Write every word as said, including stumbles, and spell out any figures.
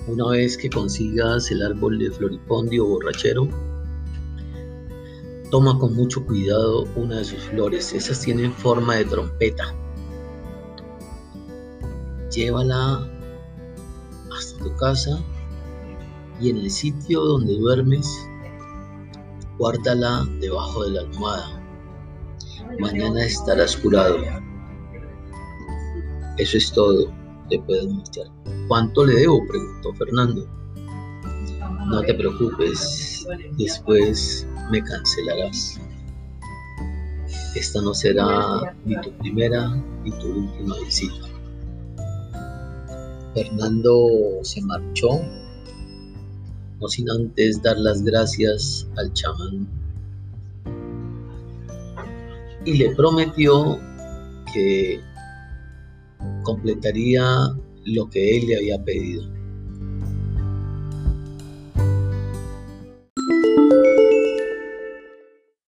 Una vez que consigas el árbol de floripondio o borrachero, toma con mucho cuidado una de sus flores. Esas tienen forma de trompeta. Llévala hasta tu casa y en el sitio donde duermes, guárdala debajo de la almohada. Mañana estarás curado. Eso es todo, te puedes marchar. ¿Cuánto le debo?, preguntó Fernando. No te preocupes, después me cancelarás. Esta no será ni tu primera ni tu última visita. Fernando se marchó, no sin antes dar las gracias al chamán y le prometió que completaría lo que él le había pedido.